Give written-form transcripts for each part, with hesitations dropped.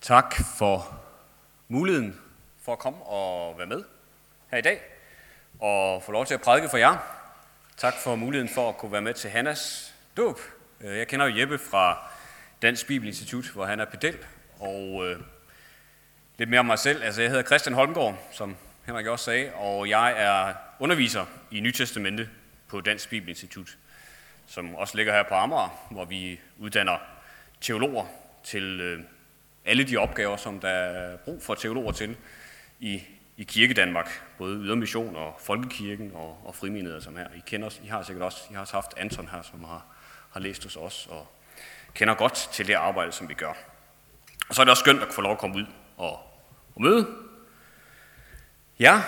Tak for muligheden for at komme og være med her i dag, og få lov til at prædike for jer. Tak for muligheden for at kunne være med til Hannas dåb. Jeg kender jo Jeppe fra Dansk Bibelinstitut, hvor han er pedel, og lidt mere om mig selv. Altså, jeg hedder Christian Holmgaard, som Henrik også sagde, og jeg er underviser i Nytestamentet på Dansk Bibelinstitut, som også ligger her på Amager, hvor vi uddanner teologer til alle de opgaver, som der er brug for teologer til i Kirkedanmark, både Ydermission og Folkekirken og frimenigheder som her. I har sikkert også haft Anton her, som har læst hos os og kender godt til det arbejde, som vi gør. Og så er det også skønt at få lov at komme ud og møde jer,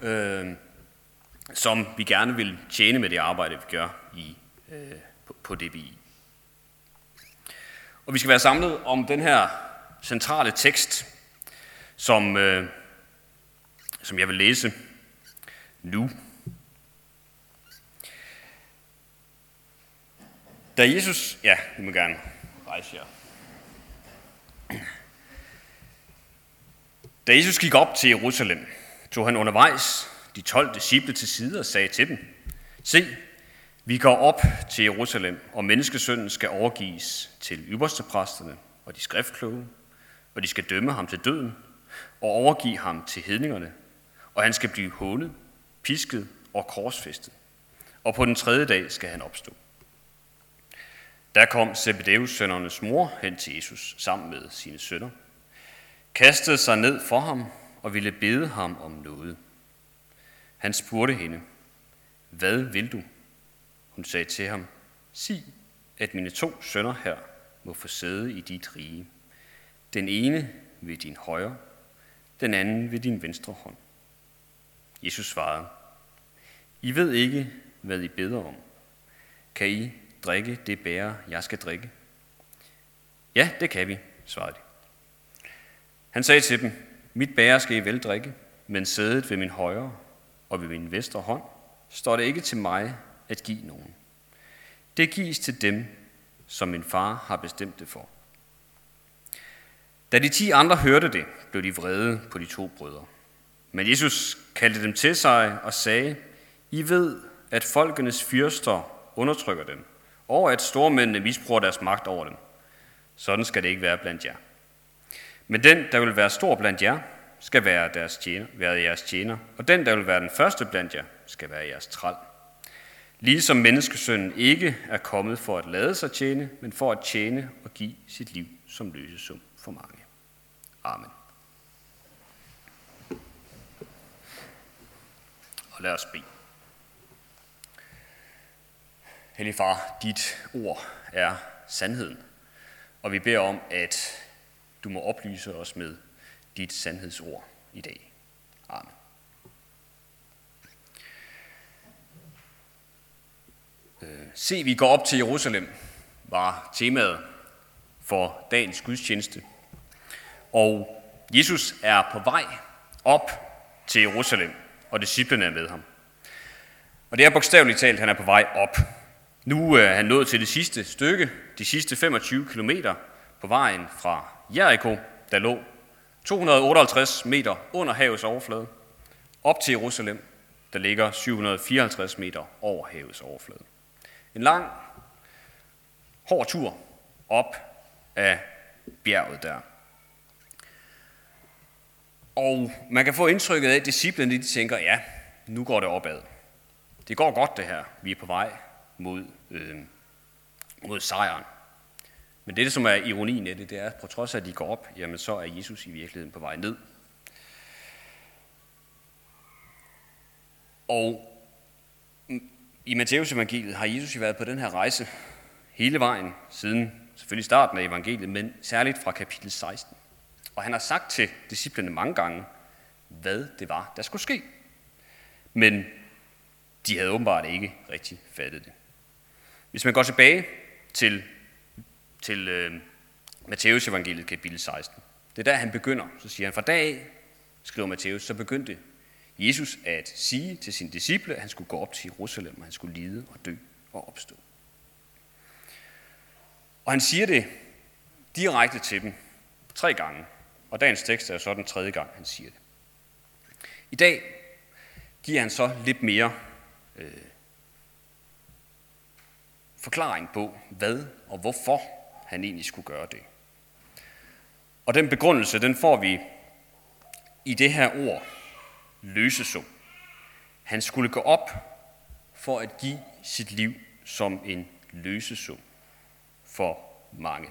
som vi gerne vil tjene med det arbejde, vi gør på DBI. Og vi skal være samlet om den her centrale tekst, som jeg vil læse nu. Da Jesus... Ja, I må gerne rejse jer. Da Jesus gik op til Jerusalem, tog han undervejs de 12 disciple til side og sagde til dem: Se, vi går op til Jerusalem, og menneskesønnen skal overgives til ypperstepræsterne og de skriftkloge, og de skal dømme ham til døden og overgive ham til hedningerne, og han skal blive hånet, pisket og korsfæstet, og på den 3. dag skal han opstå. Der kom Zebedeus sønnernes mor hen til Jesus sammen med sine sønner, kastede sig ned for ham og ville bede ham om noget. Han spurgte hende: Hvad vil du? Hun sagde til ham: Sig, at mine 2 sønner her må få sæde i dit rige. Den ene ved din højre, den anden ved din venstre hånd. Jesus svarede: I ved ikke, hvad I beder om. Kan I drikke det bæger, jeg skal drikke? Ja, det kan vi, svarede de. Han sagde til dem: Mit bæger skal I vel drikke, men sædet ved min højre og ved min venstre hånd står det ikke til mig at give nogen. Det gives til dem, som min far har bestemt det for. Da de 10 andre hørte det, blev de vrede på de 2 brødre. Men Jesus kaldte dem til sig og sagde: I ved, at folkenes fyrster undertrykker dem, og at stormændene misbruger deres magt over dem. Sådan skal det ikke være blandt jer. Men den, der vil være stor blandt jer, skal være jeres tjener, og den, der vil være den første blandt jer, skal være jeres træl. Ligesom menneskesønnen ikke er kommet for at lade sig tjene, men for at tjene og give sit liv som løsesum for mange. Amen. Og lad os bede. Hellige far, dit ord er sandheden, og vi beder om, at du må oplyse os med dit sandhedsord i dag. Amen. Se, vi går op til Jerusalem, var temaet for dagens gudstjeneste. Og Jesus er på vej op til Jerusalem, og disciplene er med ham. Og det er bogstaveligt talt, han er på vej op. Nu er han nået til det sidste stykke, de sidste 25 kilometer på vejen fra Jericho, der lå 258 meter under havets overflade, op til Jerusalem, der ligger 754 meter over havets overflade. En lang, hård tur op af bjerget der. Og man kan få indtrykket af, at disciplene de tænker, ja, nu går det opad. Det går godt det her, vi er på vej mod sejren. Men det, som er ironien i det er, at på trods af, at de går op, jamen så er Jesus i virkeligheden på vej ned. Og i Matteus evangeliet har Jesus jo været på den her rejse hele vejen, siden selvfølgelig starten af evangeliet, men særligt fra kapitel 16. Og han har sagt til disciplene mange gange, hvad det var, der skulle ske. Men de havde åbenbart ikke rigtig fattet det. Hvis man går tilbage til Matteus evangeliet kapitel 16, det er der han begynder. Så siger han, fra dag af, skriver Matteus, så begyndte Jesus at sige til sine disciple, at han skulle gå op til Jerusalem, og han skulle lide og dø og opstå. Og han siger det direkte til dem 3 gange Og dagens tekst er så den tredje gang, han siger det. I dag giver han så lidt mere forklaring på, hvad og hvorfor han egentlig skulle gøre det. Og den begrundelse, den får vi i det her ord, løsesum. Han skulle gå op for at give sit liv som en løsesum for mange.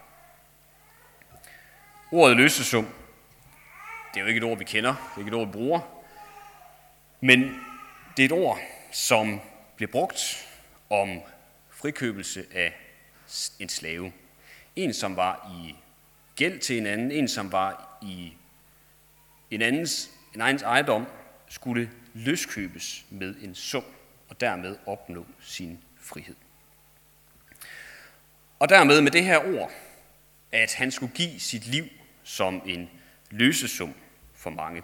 Ordet løsesum, det er jo ikke et ord, vi kender, det er ikke et ord, vi bruger, men det er et ord, som bliver brugt om frikøbelse af en slave. En, som var i gæld til en anden, en, som var i en andens ejendom, skulle løskøbes med en sum og dermed opnå sin frihed. Og dermed med det her ord, at han skulle give sit liv som en løsesum for mange.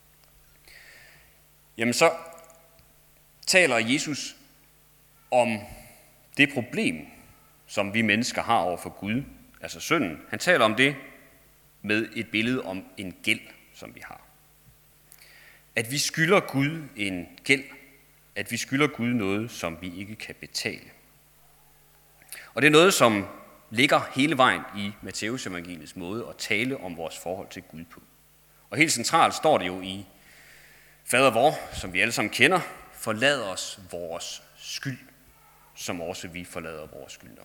Jamen så taler Jesus om det problem, som vi mennesker har over for Gud, altså synden. Han taler om det med et billede om en gæld, som vi har. At vi skylder Gud en gæld, at vi skylder Gud noget, som vi ikke kan betale. Og det er noget, som ligger hele vejen i Matteus evangeliets måde at tale om vores forhold til Gud på. Og helt centralt står det jo i Fader vor, som vi alle sammen kender, forlad os vores skyld, som også vi forlader vores skyldnere.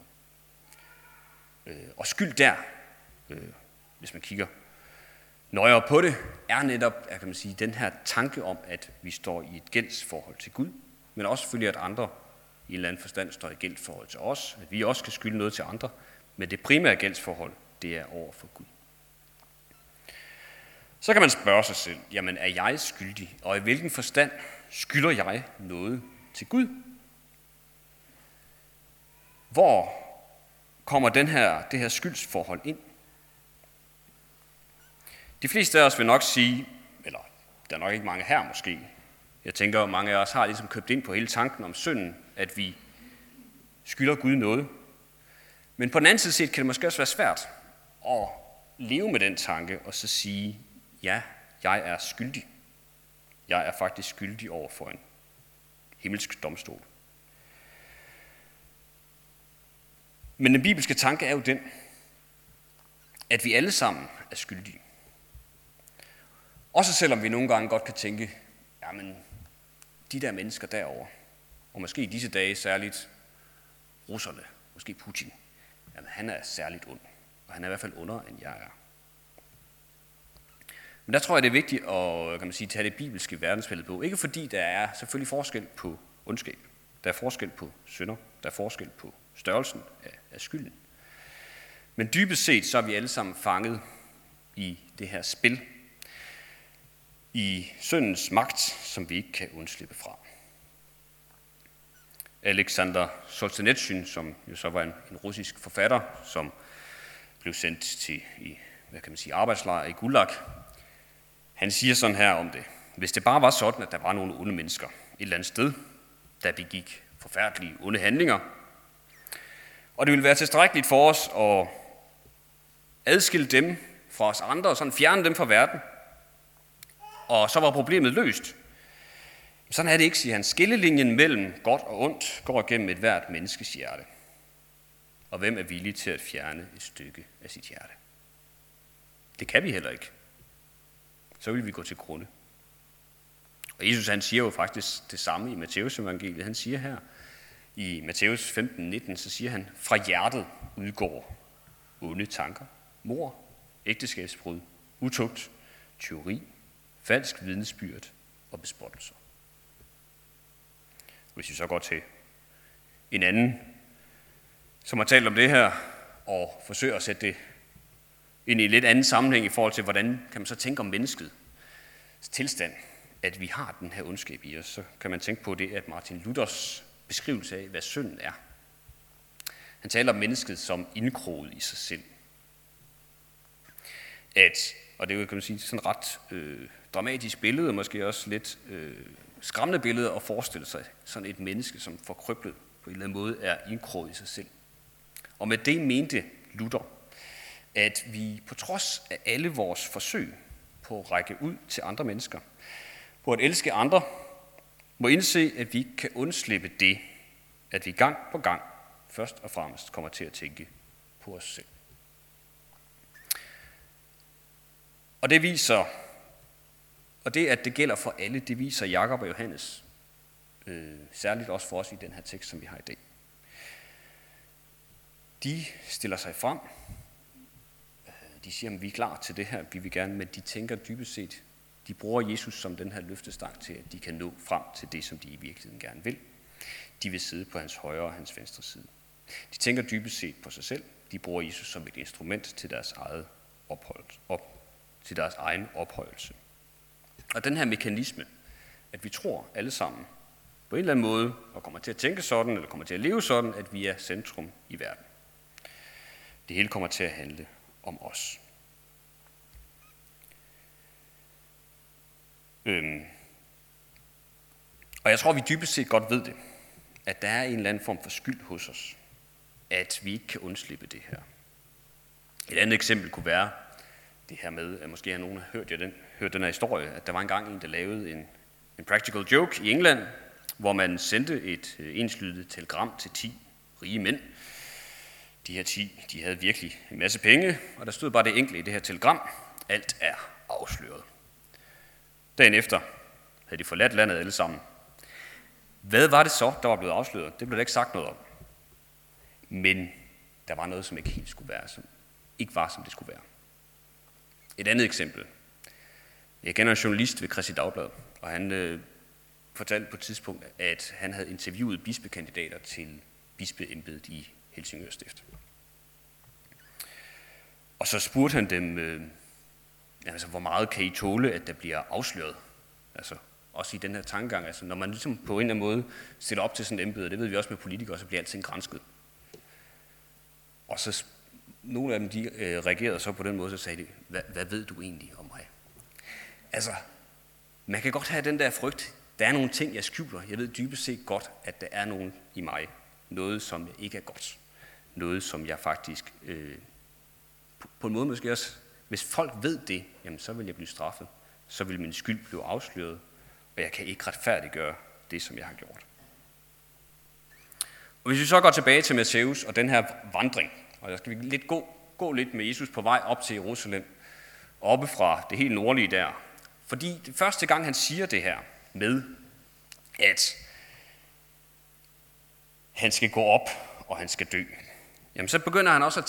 Og skyld der, hvis man kigger nøjere på det, er netop, kan man sige, den her tanke om, at vi står i et gældsforhold til Gud, men også selvfølgelig, at andre i en eller anden forstand står i gældsforhold til os, at vi også skal skylde noget til andre, men det primære gældsforhold, det er over for Gud. Så kan man spørge sig selv, jamen er jeg skyldig, og i hvilken forstand skylder jeg noget til Gud? Hvor kommer det her skyldsforhold ind? De fleste af os vil nok sige, eller der er nok ikke mange her måske, jeg tænker, at mange af os har ligesom købt ind på hele tanken om synden, at vi skylder Gud noget. Men på den anden side set kan det måske også være svært at leve med den tanke og så sige, ja, jeg er skyldig. Jeg er faktisk skyldig over for en himmelsk domstol. Men den bibelske tanke er jo den, at vi alle sammen er skyldige. Også selvom vi nogle gange godt kan tænke, jamen, de der mennesker derovre, og måske i disse dage særligt russerne, måske Putin, jamen han er særligt ond, og han er i hvert fald ondere, end jeg er. Men der tror jeg, det er vigtigt at tage det bibelske verdensbillede på. Ikke fordi der er selvfølgelig forskel på ondskab. Der er forskel på synder. Der er forskel på størrelsen af skylden. Men dybest set så er vi alle sammen fanget i det her spil. I syndens magt, som vi ikke kan undslippe fra. Alexander Solzhenitsyn, som jo så var en russisk forfatter, som blev sendt til arbejdslejr i Gulag, han siger sådan her om det. Hvis det bare var sådan, at der var nogle onde mennesker et eller andet sted, der begik forfærdelige onde handlinger, og det ville være tilstrækkeligt for os at adskille dem fra os andre, og sådan fjerne dem fra verden, og så var problemet løst. Sådan er det ikke, siger han. Skillelinjen mellem godt og ondt går gennem et hvert menneskes hjerte. Og hvem er villig til at fjerne et stykke af sit hjerte? Det kan vi heller ikke. Så vil vi gå til grunde. Og Jesus han siger jo faktisk det samme i Matteus evangeliet. Han siger her i Matteus 15:19, så siger han, fra hjertet udgår onde tanker, mord, ægteskabsbrud, utugt, tyveri, falsk vidnesbyrd og bespottelser. Hvis vi så går til en anden, som har talt om det her, og forsøger at sætte det ind i en lidt anden sammenhæng i forhold til, hvordan kan man så tænke om menneskets tilstand, at vi har den her ondskab i os, så kan man tænke på det, at Martin Luthers beskrivelse af, hvad synden er. Han taler om mennesket som indkroget i sig selv. Og det er jo, kan man sige, sådan et ret dramatisk billede, og måske også lidt skræmmende billede at forestille sig sådan et menneske, som forkrøblet på en eller anden måde er indkroget i sig selv. Og med det mente Luther, at vi på trods af alle vores forsøg på at række ud til andre mennesker, på at elske andre, må indse, at vi ikke kan undslippe det, at vi gang på gang først og fremmest kommer til at tænke på os selv. Og det viser, og det at det gælder for alle, det viser Jakob og Johannes, særligt også for os i den her tekst, som vi har i dag. De stiller sig frem, de siger, at vi er klar til det her, vi vil gerne, men de tænker dybest set, de bruger Jesus som den her løftestang til, at de kan nå frem til det, som de i virkeligheden gerne vil. De vil sidde på hans højre og hans venstre side. De tænker dybest set på sig selv. De bruger Jesus som et instrument til deres eget til deres egen ophøjelse. Og den her mekanisme, at vi tror alle sammen på en eller anden måde, og kommer til at tænke sådan, eller kommer til at leve sådan, at vi er centrum i verden. Det hele kommer til at handle om os. Og jeg tror, vi dybest set godt ved det, at der er en eller anden form for skyld hos os, at vi ikke kan undslippe det her. Et andet eksempel kunne være det her med, at måske har nogen hørt den her historie, at der var engang en, der lavede en practical joke i England, hvor man sendte et enslydet telegram til 10 rige mænd. De her 10, de havde virkelig en masse penge, og der stod bare det enkle i det her telegram: alt er afsløret. Dagen efter havde de forladt landet alle sammen. Hvad var det så, der var blevet afsløret? Det blev der ikke sagt noget om. Men der var noget, som ikke helt skulle være, som ikke var, som det skulle være. Et andet eksempel. Jeg kender en journalist ved Kristi Dagblad, og han fortalte på et tidspunkt, at han havde interviewet bispekandidater til bispeembedet i Helsingør Stift. Og så spurgte han dem, hvor meget kan I tåle, at der bliver afsløret? Altså, også i den her tankegang, altså når man ligesom på en eller anden måde stiller op til sådan et embede, det ved vi også med politikere, så bliver alting gransket. Og så nogle af dem, de reagerede så på den måde, så sagde de, hvad ved du egentlig om mig? Altså, man kan godt have den der frygt. Der er nogle ting, jeg skjuler. Jeg ved dybest set godt, at der er nogen i mig. Noget, som ikke er godt. Noget, som jeg faktisk, på en måde måske også, hvis folk ved det, jamen så vil jeg blive straffet. Så vil min skyld blive afsløret, og jeg kan ikke retfærdiggøre det, som jeg har gjort. Og hvis vi så går tilbage til Matthæus og den her vandring, og der skal vi gå lidt med Jesus på vej op til Jerusalem, oppe fra det helt nordlige der. Fordi det første gang, han siger det her med, at han skal gå op, og han skal dø, jamen så begynder han også at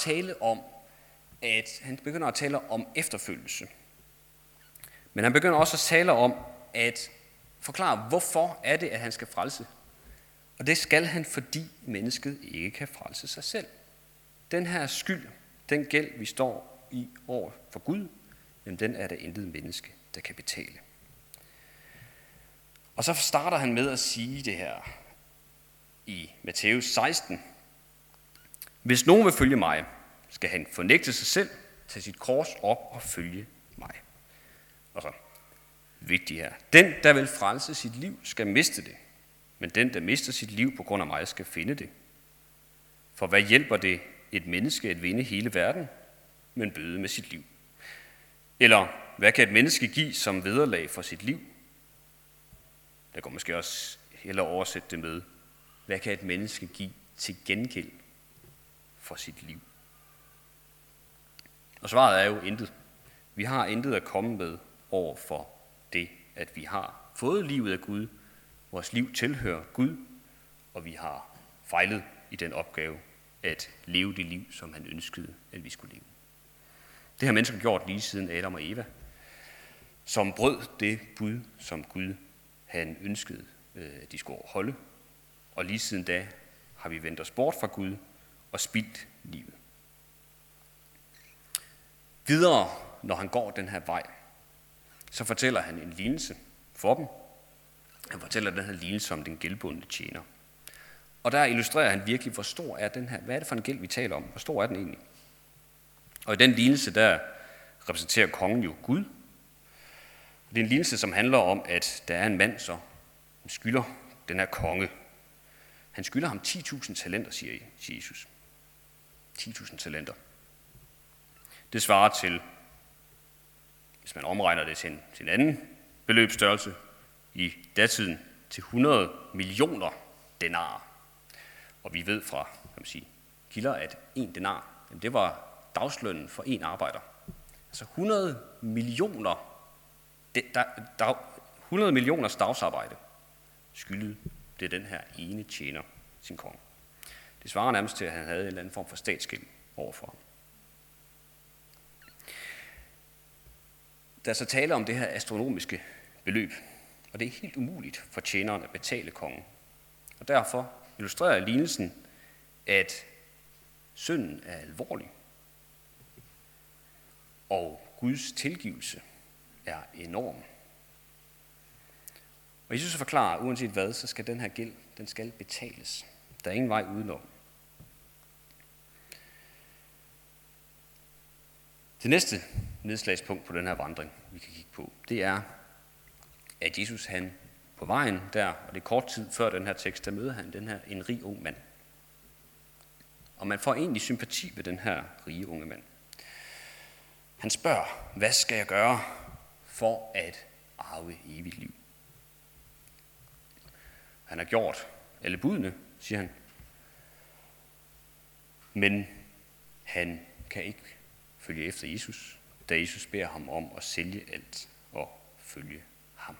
tale om, efterfølgelse. Men han begynder også at tale om at forklare, hvorfor er det, at han skal frelse. Og det skal han, fordi mennesket ikke kan frelse sig selv. Den her skyld, den gæld, vi står i over for Gud, jamen den er der intet menneske, der kan betale. Og så starter han med at sige det her i Matthæus 16. Hvis nogen vil følge mig, skal han fornægte sig selv, tage sit kors op og følge mig. Og så, vigtigt her. Den, der vil frelse sit liv, skal miste det. Men den, der mister sit liv på grund af mig, skal finde det. For hvad hjælper det et menneske at vinde hele verden, men bøde med sit liv? Eller hvad kan et menneske give som vederlag for sit liv? Der går måske også hellere oversætte det med, hvad kan et menneske give til gengæld for sit liv? Og svaret er jo intet. Vi har intet at komme med over for det, at vi har fået livet af Gud. Vores liv tilhører Gud, og vi har fejlet i den opgave at leve det liv, som han ønskede, at vi skulle leve. Det har mennesker gjort lige siden Adam og Eva, som brød det bud, som Gud han ønskede, at de skulle holde. Og lige siden da har vi vendt os bort fra Gud og spildt livet. Videre, når han går den her vej, så fortæller han en lignelse for dem. Han fortæller den her lignelse om den gældbundne tjener. Og der illustrerer han virkelig, hvor stor er den her, hvad er det for en gæld, vi taler om? Hvor stor er den egentlig? Og i den lignelse, der repræsenterer kongen jo Gud. Det er en lignelse, som handler om, at der er en mand, som skylder den her konge. Han skylder ham 10.000 talenter, siger Jesus. 10.000 talenter. Det svarer til, hvis man omregner det til en anden beløbsstørrelse, i datiden til 100 millioner denarer. Og vi ved fra kilder, at 1 denar, det var dagslønnen for 1 arbejder. Altså 100 millioners dagsarbejde skyldede det den her ene tjener sin konge. Det svarer nærmest til, at han havde en eller anden form for statsgæld overfor ham. Der er så tale om det her astronomiske beløb, og det er helt umuligt for tjeneren at betale kongen. Og derfor illustrerer lignelsen, at synden er alvorlig, og Guds tilgivelse er enorm. Og Jesus forklarer, at uanset hvad, så skal den her gæld, den skal betales. Der er ingen vej udenom. Det næste nedslagspunkt på den her vandring, vi kan kigge på, det er, at Jesus han på vejen der, og det er kort tid før den her tekst, der møder han en rig ung mand. Og man får egentlig sympati ved den her rige unge mand. Han spørger, hvad skal jeg gøre for at arve evigt liv? Han har gjort alle budene, siger han. Men han kan ikke følge efter Jesus, da Jesus beder ham om at sælge alt og følge ham.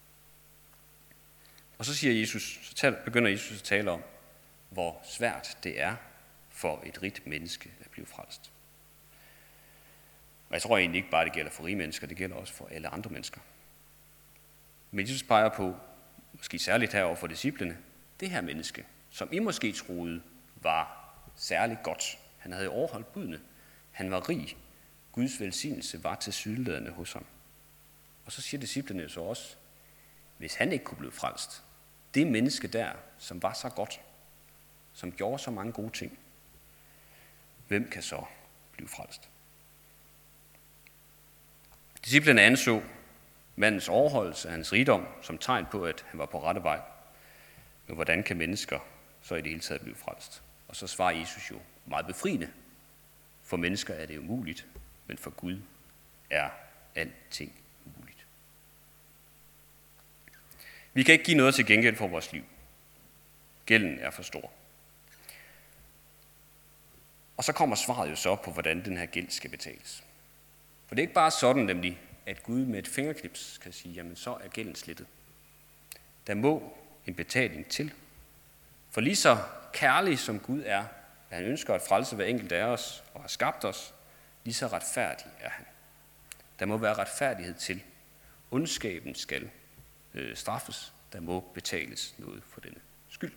Og så begynder Jesus at tale om, hvor svært det er for et rigt menneske at blive frelst. Og jeg tror egentlig ikke bare, det gælder for rige mennesker, det gælder også for alle andre mennesker. Men Jesus peger på, måske særligt herover for disciplene, det her menneske, som I måske troede var særlig godt. Han havde overholdt budene. Han var rig. Guds velsignelse var tilsyneladende hos ham. Og så siger disciplene så også, hvis han ikke kunne blive frelst, det menneske der, som var så godt, som gjorde så mange gode ting, hvem kan så blive frelst? Disciplene anså mandens overholdelse af hans rigdom som tegn på, at han var på rette vej. Men hvordan kan mennesker så i det hele taget blive frelst? Og så svarer Jesus jo meget befriende. For mennesker er det umuligt, men for Gud er alting muligt. Vi kan ikke give noget til gengæld for vores liv. Gælden er for stor. Og så kommer svaret jo så på, hvordan den her gæld skal betales. For det er ikke bare sådan nemlig, at Gud med et fingerknips kan sige, jamen så er gælden slettet. Der må en betaling til. For lige så kærlig som Gud er, at han ønsker at frelse hver enkelt af os og har skabt os, lige så retfærdig er han. Der må være retfærdighed til. Ondskaben skal straffes. Der må betales noget for denne skyld.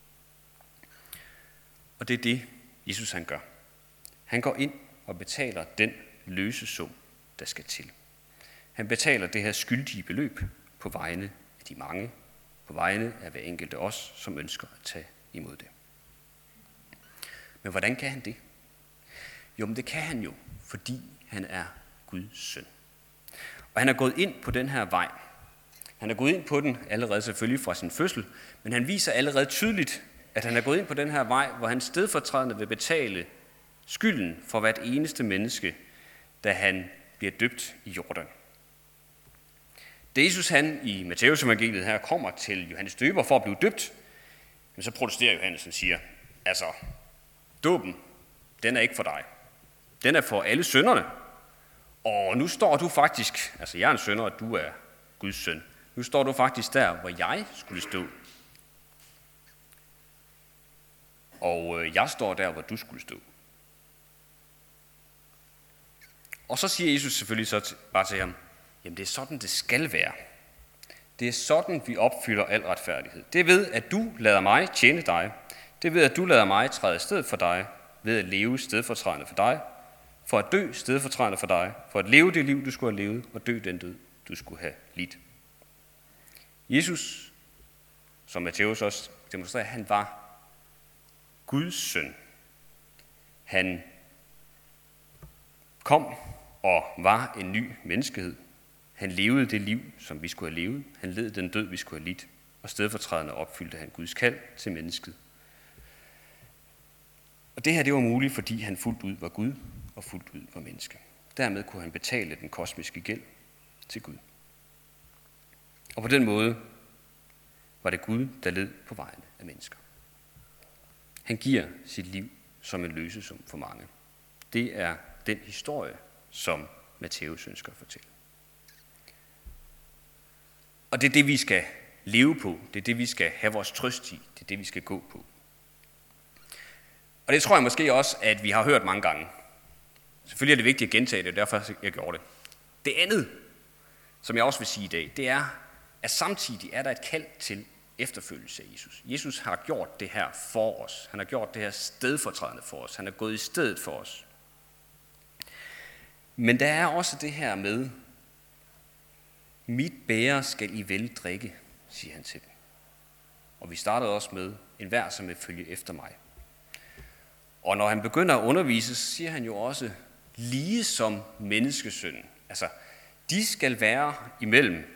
Og det er det, Jesus han gør. Han går ind og betaler den løsesum, der skal til. Han betaler det her skyldige beløb på vegne af de mange, på vegne af hver enkelt af os, som ønsker at tage imod det. Men hvordan kan han det? Jo, men det kan han jo, fordi han er Guds søn. Og han er gået ind på den her vej. Han er gået ind på den allerede selvfølgelig fra sin fødsel, men han viser allerede tydeligt, at han er gået ind på den her vej, hvor han stedfortrædende vil betale skylden for hvert eneste menneske, da han bliver døbt i Jordan. Da Jesus han i Matthæus evangeliet her kommer til Johannes Døber for at blive døbt, men så protesterer Johannes og siger, altså, dåben, den er ikke for dig. Den er for alle synderne. Og nu står du faktisk, altså jeg er en synder, og du er Guds søn. Nu står du faktisk der, hvor jeg skulle stå. Og jeg står der, hvor du skulle stå. Og så siger Jesus selvfølgelig så bare til ham, jamen det er sådan, det skal være. Det er sådan, vi opfylder al retfærdighed. Det ved, at du lader mig tjene dig. Det ved, at du lader mig træde i stedet for dig, ved at leve stedfortrædende for dig, for at dø stedfortrædende for dig, for at leve det liv, du skulle have levet, og dø den død, du skulle have lidt. Jesus, som Matthæus også demonstrerer, han var Guds søn. Han kom og var en ny menneskehed. Han levede det liv, som vi skulle have levet. Han led den død, vi skulle have lidt. Og stedfortrædende opfyldte han Guds kald til mennesket. Og det her, det var muligt, fordi han fuldt ud var Gud og fuldt ud var menneske. Dermed kunne han betale den kosmiske gæld til Gud. Og på den måde var det Gud, der led på vegne af mennesker. Han giver sit liv som en løsesum for mange. Det er den historie, som Matthæus ønsker at fortælle. Og det er det, vi skal leve på. Det er det, vi skal have vores trøst i. Det er det, vi skal gå på. Og det tror jeg måske også, at vi har hørt mange gange. Selvfølgelig er det vigtigt at gentage det, derfor jeg gjorde det. Det andet, som jeg også vil sige i dag, det er, at samtidig er der et kald til efterfølgelse af Jesus. Jesus har gjort det her for os. Han har gjort det her stedfortrædende for os. Han er gået i stedet for os. Men der er også det her med, mit bæger skal I vel drikke, siger han til dem. Og vi startede også med, enhver som vil følge efter mig. Og når han begynder at undervise, så siger han jo også, lige som menneskesønnen. Altså, de skal være imellem.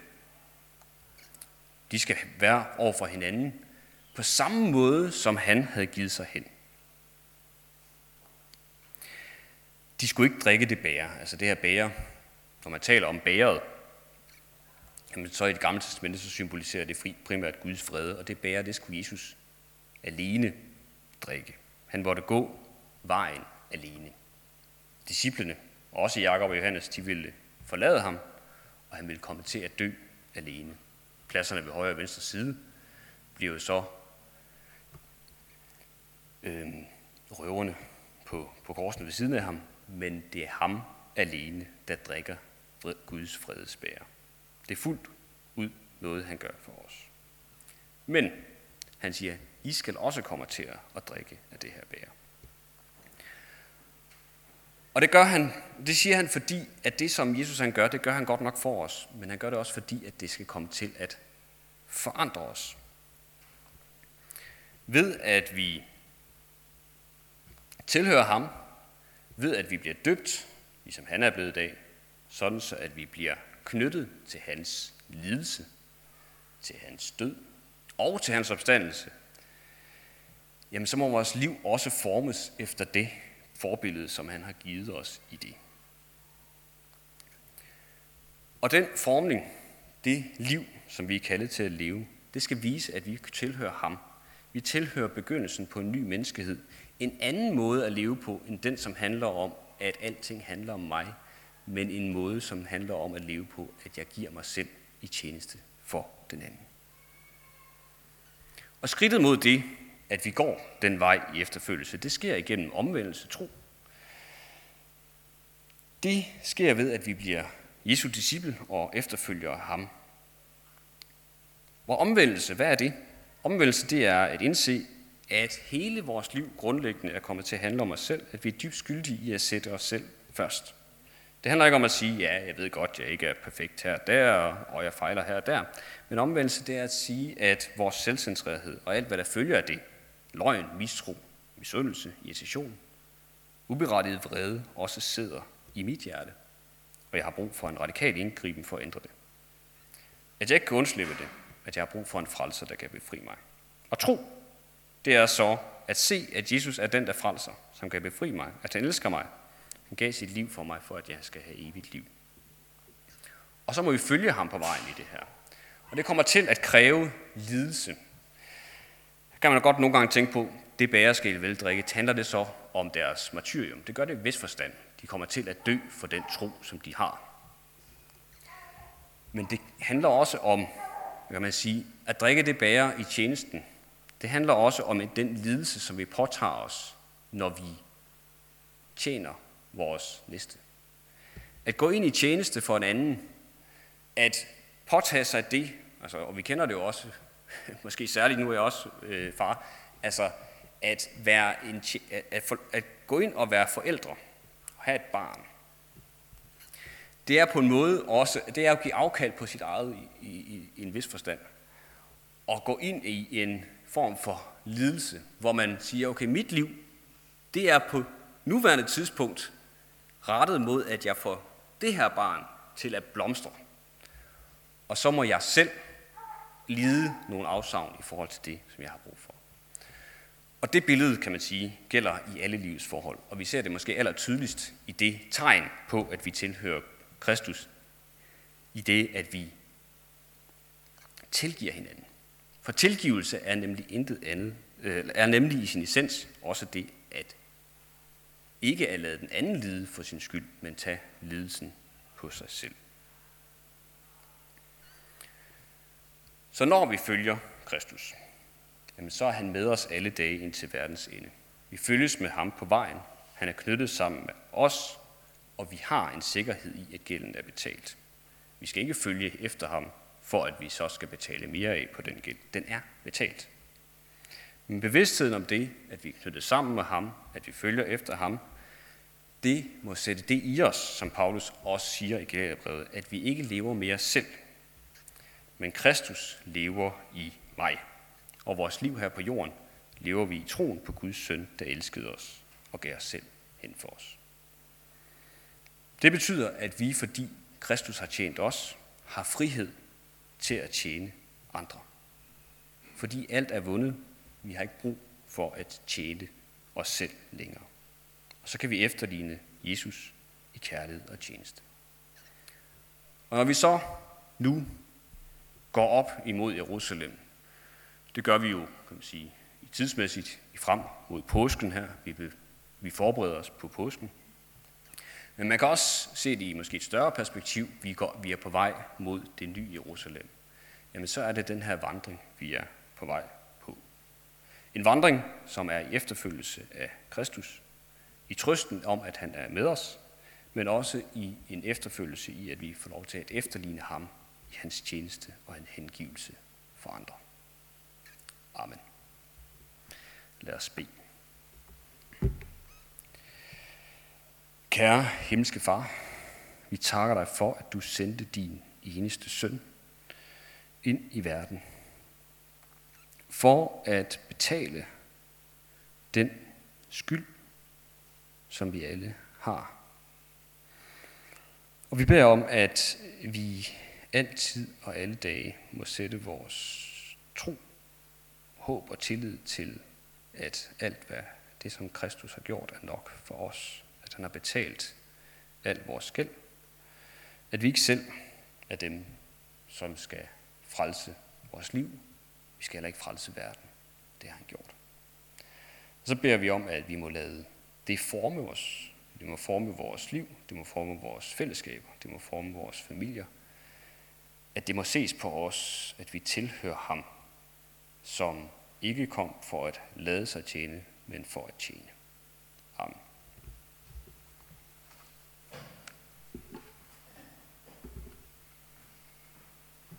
De skal være over for hinanden på samme måde, som han havde givet sig hen. De skulle ikke drikke det bæger. Altså det her bæger, når man taler om bægeret, jamen så i det gamle testamente, så symboliserer det primært Guds fred, og det bæger, det skulle Jesus alene drikke. Han måtte gå vejen alene. Disciplene, også Jakob og Johannes, de ville forlade ham, og han ville komme til at dø alene. Pladserne ved højre og venstre side bliver jo så røverne på korsene ved siden af ham, men det er ham alene, der drikker Guds fredesbæger. Det er fuldt ud noget, han gør for os. Men han siger, I skal også komme til at drikke af det her bæger. Og det siger han, fordi at det, som Jesus han gør, det gør han godt nok for os, men han gør det også, fordi at det skal komme til at forandre os. Ved at vi tilhører ham, ved at vi bliver døbt, ligesom han er blevet i dag, sådan så at vi bliver knyttet til hans lidelse, til hans død og til hans opstandelse, jamen så må vores liv også formes efter det forbillede, som han har givet os i det. Og den formning, det liv, som vi er kaldet til at leve, det skal vise, at vi tilhører ham. Vi tilhører begyndelsen på en ny menneskehed. En anden måde at leve på, end den, som handler om, at alting handler om mig, men en måde, som handler om at leve på, at jeg giver mig selv i tjeneste for den anden. Og skridtet mod det, at vi går den vej i efterfølgelse, det sker igennem omvendelse, tro. Det sker ved, at vi bliver Jesu disciple og efterfølger ham. Og omvendelse, hvad er det? Omvendelse, det er at indse, at hele vores liv grundlæggende er kommet til at handle om os selv, at vi er dybt skyldige i at sætte os selv først. Det handler ikke om at sige, ja, jeg ved godt, jeg ikke er perfekt her og der, og jeg fejler her og der. Men omvendelse, det er at sige, at vores selvcentrerethed og alt, hvad der følger af det, løgn, mistro, misundelse, irritation, uberettiget vrede, også sidder i mit hjerte. Og jeg har brug for en radikal indgriben for at ændre det. At jeg ikke kan undslippe det, at jeg har brug for en frelser, der kan befri mig. Og tro, det er så at se, at Jesus er den, der frelser, som kan befri mig, at han elsker mig. Han gav sit liv for mig, for at jeg skal have evigt liv. Og så må vi følge ham på vejen i det her. Og det kommer til at kræve lidelse. Der kan man godt nogle gange tænke på, det bæger skal I vel drikke. Handler det så om deres martyrium? Det gør det i vis forstand. De kommer til at dø for den tro, som de har. Men det handler også om, kan man sige, at drikke det bæger i tjenesten. Det handler også om den lidelse, som vi påtager os, når vi tjener vores næste. At gå ind i tjeneste for en anden, at påtage sig det, altså, og vi kender det jo også, måske særligt nu er jeg også far, altså at gå ind og være forældre og have et barn. Det er på en måde også, det er at give afkald på sit eget i en vis forstand. Og gå ind i en form for lidelse, hvor man siger, okay, mit liv, det er på nuværende tidspunkt rettet mod, at jeg får det her barn til at blomstre. Og så må jeg selv lide nogle afsavn i forhold til det, som jeg har brug for. Og det billede, kan man sige, gælder i alle livets forhold. Og vi ser det måske aller tydeligst i det tegn på, at vi tilhører Kristus, i det, at vi tilgiver hinanden. For tilgivelse er nemlig intet andet, er nemlig i sin essens også det, at ikke at lade den anden lide for sin skyld, men tage lidelsen på sig selv. Så når vi følger Kristus, jamen så er han med os alle dage indtil verdens ende. Vi følges med ham på vejen. Han er knyttet sammen med os, og vi har en sikkerhed i, at gælden er betalt. Vi skal ikke følge efter ham, for at vi så skal betale mere af på den gæld. Den er betalt. Men bevidstheden om det, at vi er knyttet sammen med ham, at vi følger efter ham, det må sætte det i os, som Paulus også siger i Galaterbrevet, at vi ikke lever mere selv, men Kristus lever i mig. Og vores liv her på jorden lever vi i troen på Guds søn, der elskede os og gav os selv hen for os. Det betyder, at vi, fordi Kristus har tjent os, har frihed til at tjene andre. Fordi alt er vundet, vi har ikke brug for at tjene os selv længere. Og så kan vi efterligne Jesus i kærlighed og tjeneste. Og når vi så nu går op imod Jerusalem, det gør vi jo, kan man sige, tidsmæssigt frem mod påsken her. Vi forbereder os på påsken. Men man kan også se det i måske et større perspektiv. Vi er på vej mod det nye Jerusalem. Jamen så er det den her vandring, vi er på vej på. En vandring, som er i efterfølgelse af Kristus, i trøsten om, at han er med os, men også i en efterfølgelse i, at vi får lov til at efterligne ham i hans tjeneste og en hengivelse for andre. Amen. Lad os bede. Kære himmelske far, vi takker dig for, at du sendte din eneste søn ind i verden, for at betale den skyld, som vi alle har. Og vi beder om, at vi altid og alle dage må sætte vores tro, håb og tillid til, at alt, hvad det, som Kristus har gjort, er nok for os. At han har betalt al vores gæld. At vi ikke selv er dem, som skal frelse vores liv. Vi skal heller ikke frelse verden. Det har han gjort. Og så beder vi om, at vi må lade det forme os. Det må forme vores liv. Det må forme vores fællesskaber. Det må forme vores familier. At det må ses på os, at vi tilhører ham, som ikke kom for at lade sig tjene, men for at tjene.